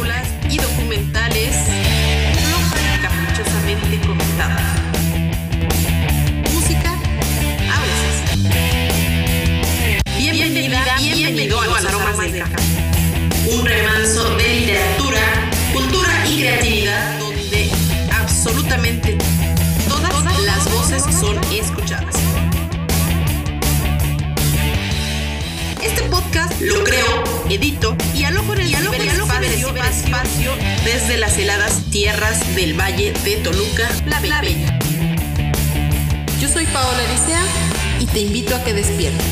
películas y documentales floja y caprichosamente comentados. Música a veces. Bienvenido a Los Aromas del Café. Un remanso de literatura, cultura y creatividad donde absolutamente todas las voces son escuchadas. Este podcast lo creo, edito y alojo en el ciberespacio desde las heladas tierras del Valle de Toluca, la Bella. Yo soy Paola Aricea y te invito a que despiertes.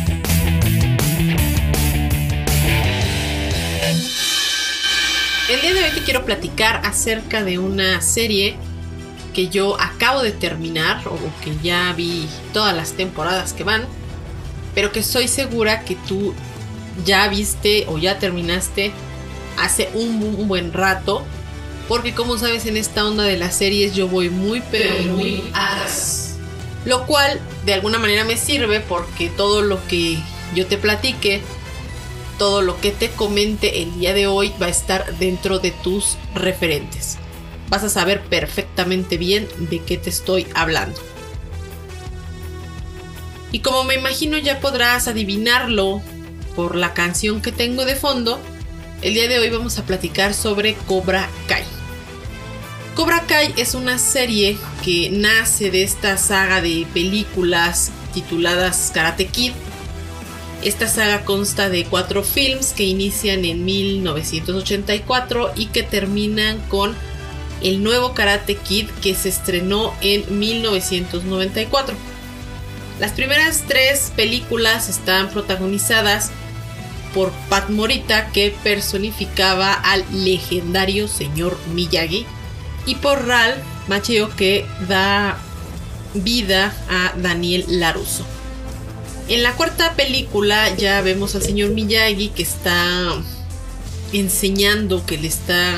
El día de hoy te quiero platicar acerca de una serie que yo acabo de terminar o que ya vi todas las temporadas que van, pero que estoy segura que tú ya viste o ya terminaste hace un buen rato, porque como sabes, en esta onda de las series yo voy muy atrás, lo cual de alguna manera me sirve porque todo lo que yo te platique, todo lo que te comente el día de hoy va a estar dentro de tus referentes. Vas a saber perfectamente bien de qué te estoy hablando. Y como me imagino ya podrás adivinarlo por la canción que tengo de fondo, el día de hoy vamos a platicar sobre Cobra Kai. Cobra Kai es una serie que nace de esta saga de películas tituladas Karate Kid. Esta saga consta de 4 films que inician en 1984 y que terminan con el nuevo Karate Kid que se estrenó en 1994. Las primeras 3 películas están protagonizadas por Pat Morita, que personificaba al legendario señor Miyagi, y por Ralph Macchio, que da vida a Daniel LaRusso. En la 4ª película ya vemos al señor Miyagi que está enseñando, que le está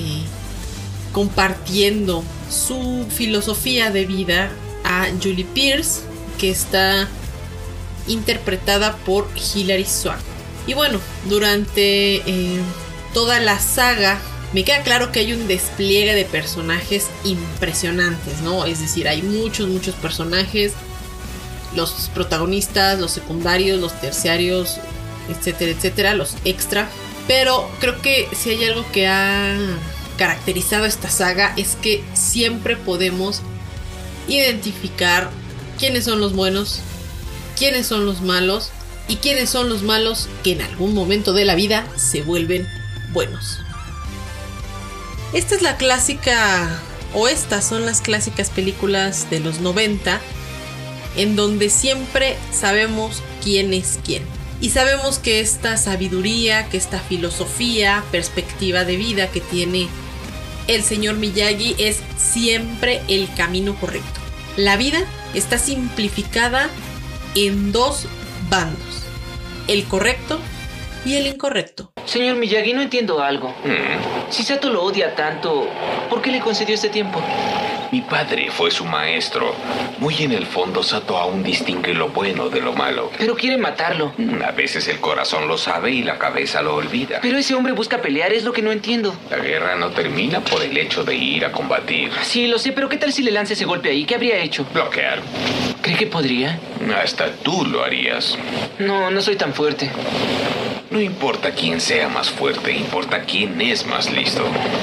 compartiendo su filosofía de vida a Julie Pierce, que está interpretada por Hilary Swank. Y bueno, durante toda la saga me queda claro que hay un despliegue de personajes impresionantes, ¿no? Es decir, hay muchos personajes, los protagonistas, los secundarios, los terciarios, etcétera, los extra. Pero creo que si hay algo que ha caracterizado esta saga es que siempre podemos identificar quiénes son los buenos, quiénes son los malos y quiénes son los malos que en algún momento de la vida se vuelven buenos. Esta es la clásica, o estas son las clásicas películas de los 90, en donde siempre sabemos quién es quién. Y sabemos que esta sabiduría, que esta filosofía, perspectiva de vida que tiene el señor Miyagi es siempre el camino correcto. La vida está simplificada en 2 bandos: el correcto y el incorrecto. Señor Miyagi, no entiendo algo. Si Sato lo odia tanto, ¿por qué le concedió este tiempo? Mi padre fue su maestro. Muy en el fondo, Sato aún distingue lo bueno de lo malo. Pero quiere matarlo. A veces el corazón lo sabe y la cabeza lo olvida. Pero ese hombre busca pelear, es lo que no entiendo. La guerra no termina por el hecho de ir a combatir. Sí, lo sé, pero ¿qué tal si le lanza ese golpe ahí? ¿Qué habría hecho? Bloquear. ¿Cree que podría? Hasta tú lo harías. No soy tan fuerte. No importa quién sea más fuerte, importa quién es más listo.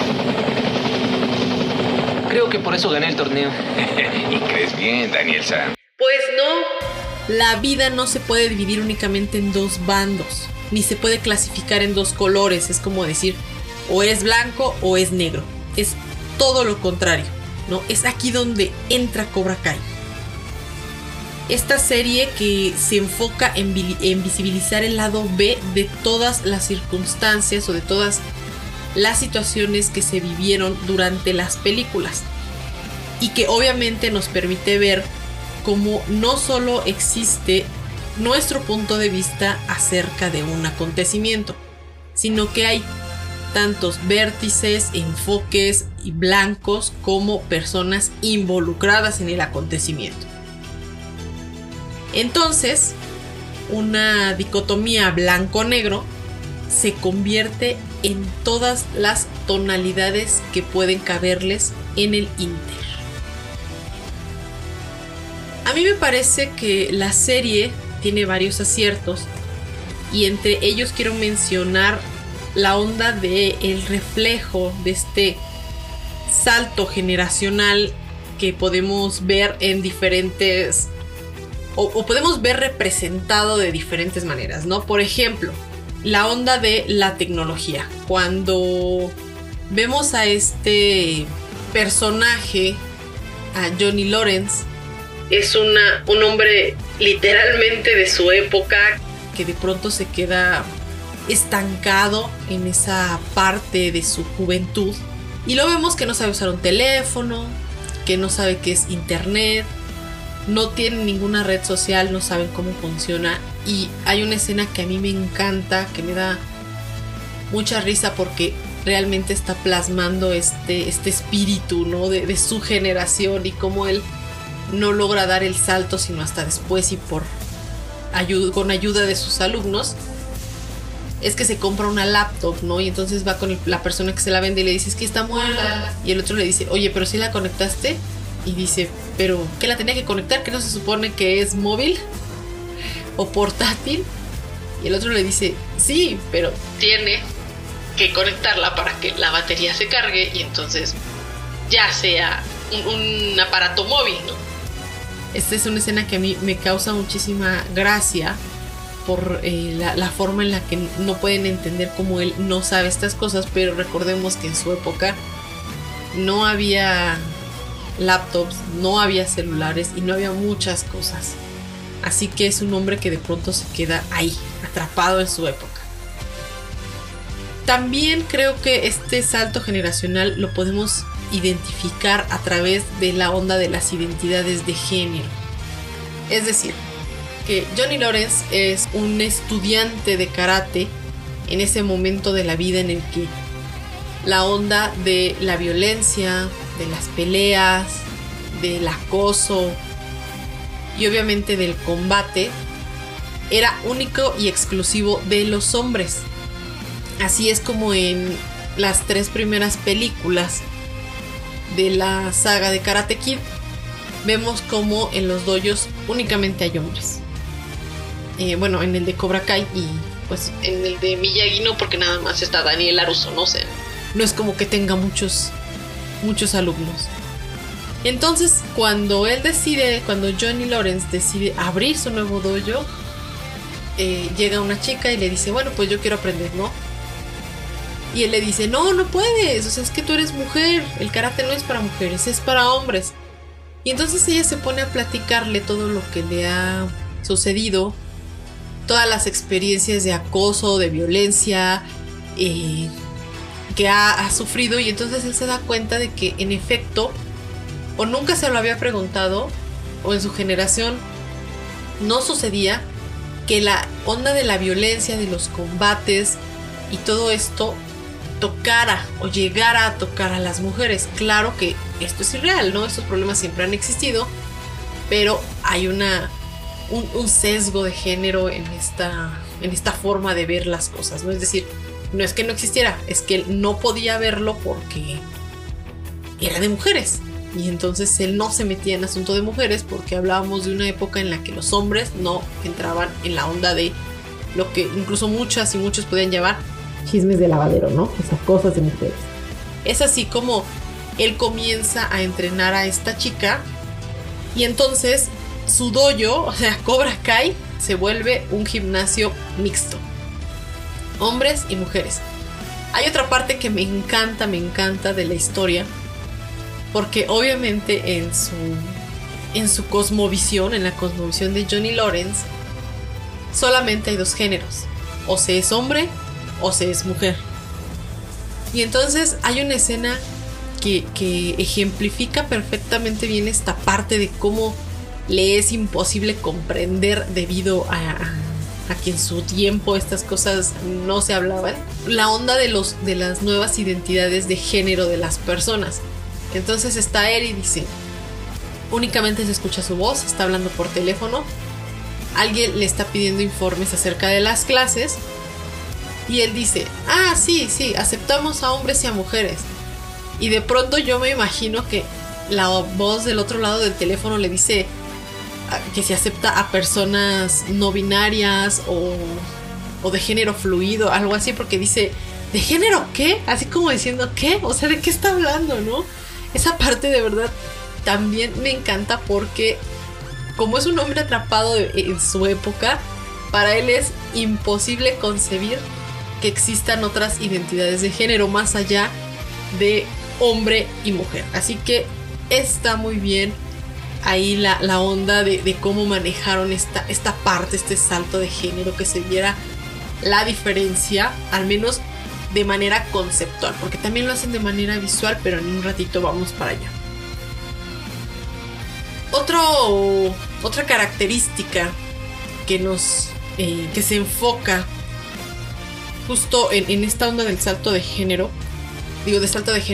Creo que por eso gané el torneo. ¿Y crees bien, Daniel-san? Pues no. La vida no se puede dividir únicamente en 2 bandos, ni se puede clasificar en 2 colores. Es como decir, o es blanco o es negro. Es todo lo contrario, ¿no? Es aquí donde entra Cobra Kai. Esta serie que se enfoca en visibilizar el lado B de todas las circunstancias o de todas las situaciones que se vivieron durante las películas, y que obviamente nos permite ver cómo no solo existe nuestro punto de vista acerca de un acontecimiento, sino que hay tantos vértices, enfoques y blancos como personas involucradas en el acontecimiento. Entonces, una dicotomía blanco-negro se convierte en todas las tonalidades que pueden caberles en el inter. A mí me parece que la serie tiene varios aciertos y entre ellos quiero mencionar la onda de el reflejo de este salto generacional que podemos ver en diferentes o podemos ver representado de diferentes maneras, ¿no? Por ejemplo, la onda de la tecnología. Cuando vemos a este personaje, a Johnny Lawrence, es un hombre literalmente de su época que de pronto se queda estancado en esa parte de su juventud. Y lo vemos que no sabe usar un teléfono, que no sabe qué es internet, no tiene ninguna red social, no saben cómo funciona. Y hay una escena que a mí me encanta, que me da mucha risa porque realmente está plasmando este espíritu, ¿no? de su generación y cómo él no logra dar el salto sino hasta después y con ayuda de sus alumnos. Es que se compra una laptop, ¿no? Y entonces va con la persona que se la vende y le dice, es que está muerta. Y el otro le dice, oye, pero si la conectaste. Y dice, pero ¿qué la tenía que conectar? ¿Que no se supone que es móvil o portátil? Y el otro le dice, sí, pero tiene que conectarla para que la batería se cargue y entonces ya sea un aparato móvil, ¿no? Esta es una escena que a mí me causa muchísima gracia por la forma en la que no pueden entender cómo él no sabe estas cosas, pero recordemos que en su época no había laptops, no había celulares y no había muchas cosas. Así que es un hombre que de pronto se queda ahí, atrapado en su época. También creo que este salto generacional lo podemos identificar a través de la onda de las identidades de género. Es decir, que Johnny Lawrence es un estudiante de karate en ese momento de la vida en el que la onda de la violencia, de las peleas, del acoso y obviamente del combate era único y exclusivo de los hombres. Así es como en las 3 primeras películas de la saga de Karate Kid vemos como en los dojos únicamente hay hombres. Bueno, en el de Cobra Kai y pues en el de Miyagi no, porque nada más está Daniel LaRusso, no sé. No es como que tenga muchos alumnos. Entonces, cuando Johnny Lawrence decide abrir su nuevo dojo, llega una chica y le dice, bueno, pues yo quiero aprender, ¿no? Y él le dice, no puedes, o sea, es que tú eres mujer, el karate no es para mujeres, es para hombres. Y entonces ella se pone a platicarle todo lo que le ha sucedido, todas las experiencias de acoso, de violencia que ha sufrido, y entonces él se da cuenta de que en efecto, o nunca se lo había preguntado, o en su generación no sucedía, que la onda de la violencia, de los combates y todo esto tocara o llegara a tocar a las mujeres. Claro que esto es irreal, ¿no? Estos problemas siempre han existido, pero hay un sesgo de género en esta forma de ver las cosas, ¿no? Es decir, no es que no existiera, es que él no podía verlo porque era de mujeres. Y entonces él no se metía en asunto de mujeres porque hablábamos de una época en la que los hombres no entraban en la onda de lo que incluso muchas y muchos podían llamar chismes de lavadero, ¿no? Esas cosas de mujeres. Es así como él comienza a entrenar a esta chica y entonces su dojo, o sea, Cobra Kai, se vuelve un gimnasio mixto. Hombres y mujeres. Hay otra parte que me encanta de la historia, porque obviamente en su cosmovisión, en la cosmovisión de Johnny Lawrence, solamente hay 2 géneros. O se es hombre o se es mujer. Y entonces hay una escena que ejemplifica perfectamente bien esta parte de cómo le es imposible comprender debido a que en su tiempo estas cosas no se hablaban. La onda de las nuevas identidades de género de las personas. Entonces está él y dice, únicamente se escucha su voz, está hablando por teléfono, alguien le está pidiendo informes acerca de las clases Y él dice, ah, sí, aceptamos a hombres y a mujeres. Y de pronto yo me imagino que la voz del otro lado del teléfono le dice que se acepta a personas no binarias o de género fluido, algo así, porque dice, ¿de género qué? Así como diciendo, ¿qué? O sea, ¿de qué está hablando, no? Esa parte de verdad también me encanta porque como es un hombre atrapado en su época, para él es imposible concebir que existan otras identidades de género más allá de hombre y mujer. Así que está muy bien ahí la onda de cómo manejaron esta parte, este salto de género, que se viera la diferencia, al menos de manera conceptual, porque también lo hacen de manera visual, pero en un ratito vamos para allá. Otra característica que se enfoca justo en esta onda del salto de género, del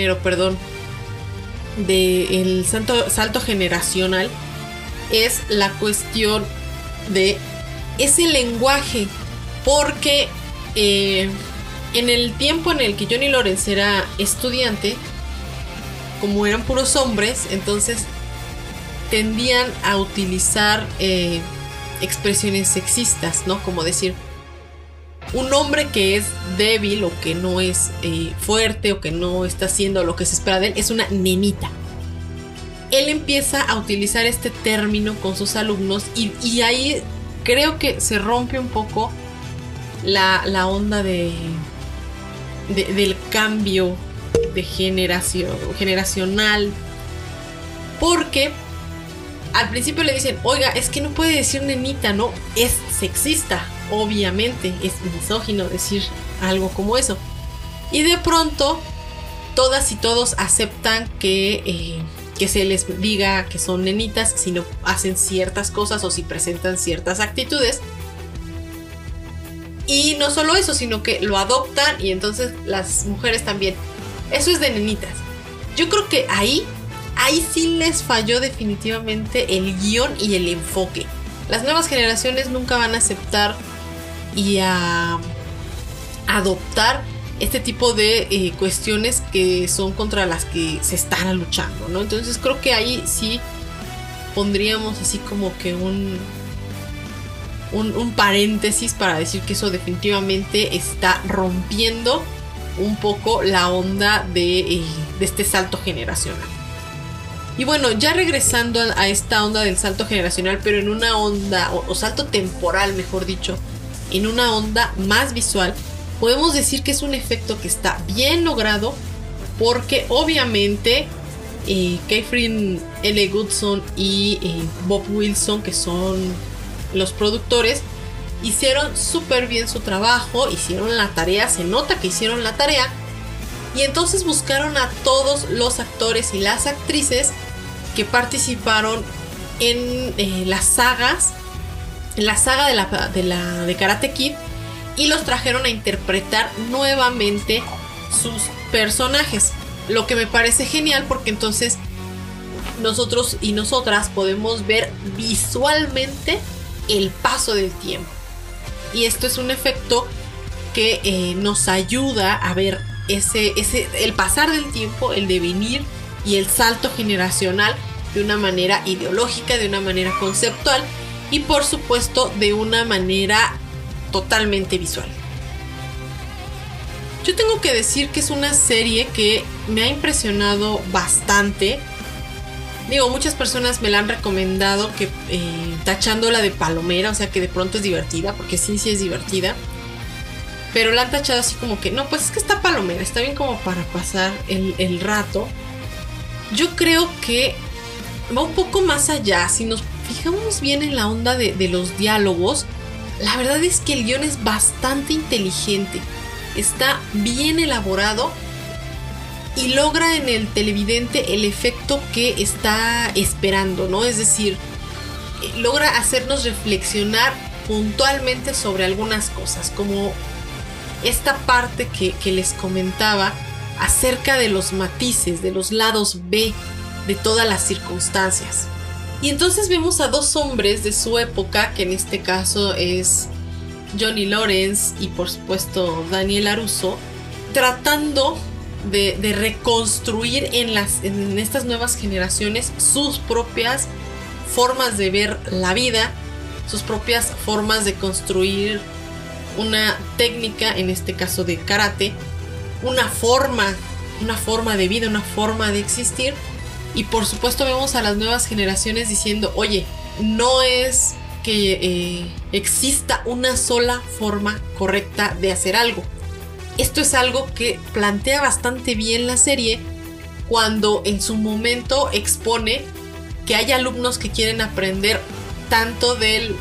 salto generacional, es la cuestión de ese lenguaje, porque en el tiempo en el que Johnny Lawrence era estudiante, como eran puros hombres, entonces tendían a utilizar expresiones sexistas, ¿no? Como decir, un hombre que es débil o que no es fuerte o que no está haciendo lo que se espera de él es una nenita. Él empieza a utilizar este término con sus alumnos y ahí creo que se rompe un poco la onda del cambio de generacional, porque al principio le dicen, oiga, es que no puede decir nenita, ¿no? Es sexista, obviamente, es misógino decir algo como eso. Y de pronto, todas y todos aceptan que se les diga que son nenitas si no hacen ciertas cosas o si presentan ciertas actitudes. Y no solo eso, sino que lo adoptan y entonces las mujeres también. Eso es de nenitas. Yo creo que ahí sí les falló definitivamente el guión y el enfoque. Las nuevas generaciones nunca van a aceptar y a adoptar este tipo de cuestiones que son contra las que se están luchando, ¿no? Entonces creo que ahí sí pondríamos así como que un paréntesis para decir que eso definitivamente está rompiendo un poco la onda de este salto generacional. Y bueno, ya regresando a esta onda del salto generacional, pero en una onda, o salto temporal mejor dicho, en una onda más visual, podemos decir que es un efecto que está bien logrado, porque obviamente Katherine L. Goodson y Bob Wilson, que son los productores, hicieron súper bien su trabajo, hicieron la tarea, se nota que hicieron la tarea, y entonces buscaron a todos los actores y las actrices que participaron en las sagas, en la saga de Karate Kid, y los trajeron a interpretar nuevamente sus personajes, lo que me parece genial, porque entonces nosotros y nosotras podemos ver visualmente el paso del tiempo, y esto es un efecto que nos ayuda a ver el pasar del tiempo, el devenir y el salto generacional de una manera ideológica, de una manera conceptual y por supuesto de una manera totalmente visual. Yo tengo que decir que es una serie que me ha impresionado bastante. Digo, muchas personas me la han recomendado, que tachándola de palomera, o sea que de pronto es divertida, porque sí es divertida, pero la han tachado así como que no, pues es que está palomera, está bien como para pasar el rato. Yo creo que va un poco más allá. Si nos fijamos bien en la onda de los diálogos, la verdad es que el guión es bastante inteligente, está bien elaborado y logra en el televidente el efecto que está esperando, ¿no? Es decir, logra hacernos reflexionar puntualmente sobre algunas cosas, como esta parte que les comentaba acerca de los matices, de los lados B de todas las circunstancias. Y entonces vemos a dos hombres de su época, que en este caso es Johnny Lawrence y por supuesto Daniel LaRusso, tratando de reconstruir en estas nuevas generaciones sus propias formas de ver la vida, sus propias formas de construir una técnica, en este caso de karate, una forma de vida, una forma de existir. Y por supuesto vemos a las nuevas generaciones diciendo, oye, no es que exista una sola forma correcta de hacer algo. Esto es algo que plantea bastante bien la serie cuando en su momento expone que hay alumnos que quieren aprender tanto de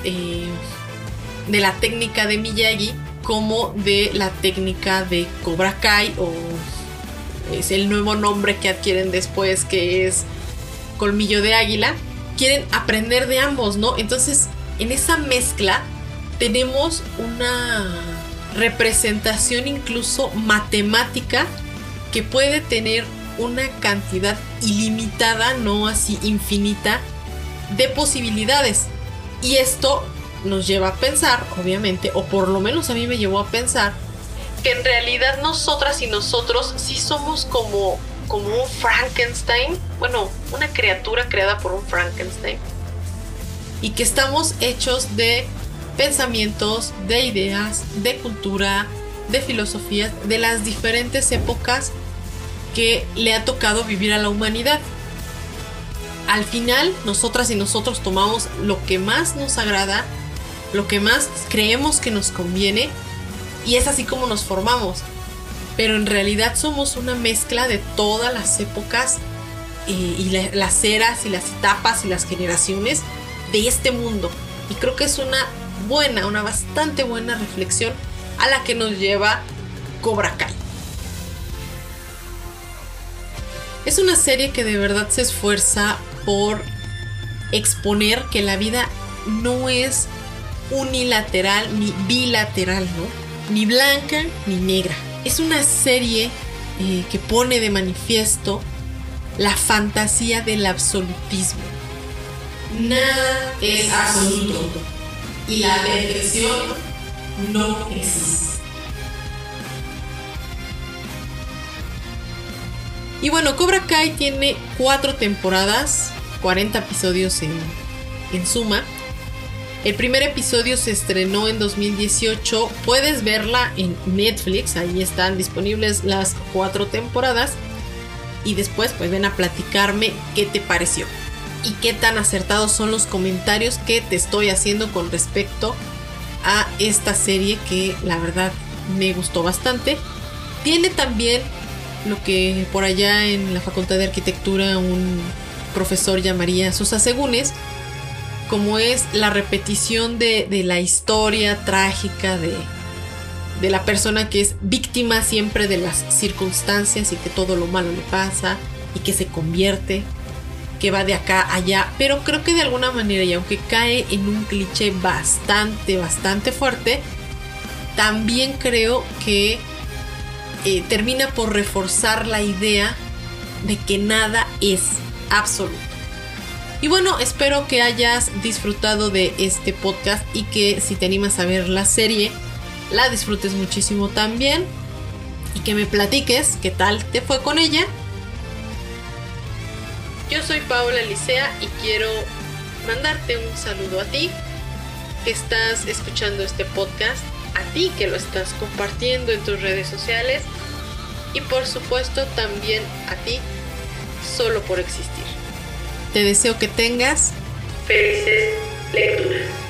la técnica de Miyagi como de la técnica de Cobra Kai, o es el nuevo nombre que adquieren después, que es Colmillo de Águila. Quieren aprender de ambos, ¿no? Entonces, en esa mezcla tenemos una representación incluso matemática que puede tener una cantidad ilimitada, no así infinita, de posibilidades. Y esto nos lleva a pensar, obviamente, o por lo menos a mí me llevó a pensar, que en realidad nosotras y nosotros sí somos como un Frankenstein, bueno, una criatura creada por un Frankenstein, y que estamos hechos de pensamientos, de ideas, de cultura, de filosofías, de las diferentes épocas que le ha tocado vivir a la humanidad. Al final, nosotras y nosotros tomamos lo que más nos agrada, lo que más creemos que nos conviene, y es así como nos formamos. Pero en realidad somos una mezcla de todas las épocas y las eras y las etapas y las generaciones de este mundo. Y creo que es una bastante buena reflexión a la que nos lleva Cobra Kai. Es una serie que de verdad se esfuerza por exponer que la vida no es unilateral ni bilateral, ¿no? Ni blanca ni negra. Es una serie que pone de manifiesto la fantasía del absolutismo. Nada es absoluto y la perfección no existe. Y bueno, Cobra Kai tiene 4 temporadas, 40 episodios en suma. El primer episodio se estrenó en 2018. Puedes verla en Netflix, ahí están disponibles las 4 temporadas. Y después pues ven a platicarme qué te pareció y qué tan acertados son los comentarios que te estoy haciendo con respecto a esta serie, que la verdad me gustó bastante. Tiene también lo que por allá en la Facultad de Arquitectura un profesor llamaría sus asegúnes, como es la repetición de la historia trágica de la persona que es víctima siempre de las circunstancias y que todo lo malo le pasa y que se convierte, que va de acá a allá. Pero creo que de alguna manera, y aunque cae en un cliché bastante fuerte, también creo que termina por reforzar la idea de que nada es absoluto. Y bueno, espero que hayas disfrutado de este podcast y que si te animas a ver la serie, la disfrutes muchísimo también y que me platiques qué tal te fue con ella. Yo soy Paola Licea y quiero mandarte un saludo a ti que estás escuchando este podcast, a ti que lo estás compartiendo en tus redes sociales y por supuesto también a ti solo por existir. Te deseo que tengas felices lecturas.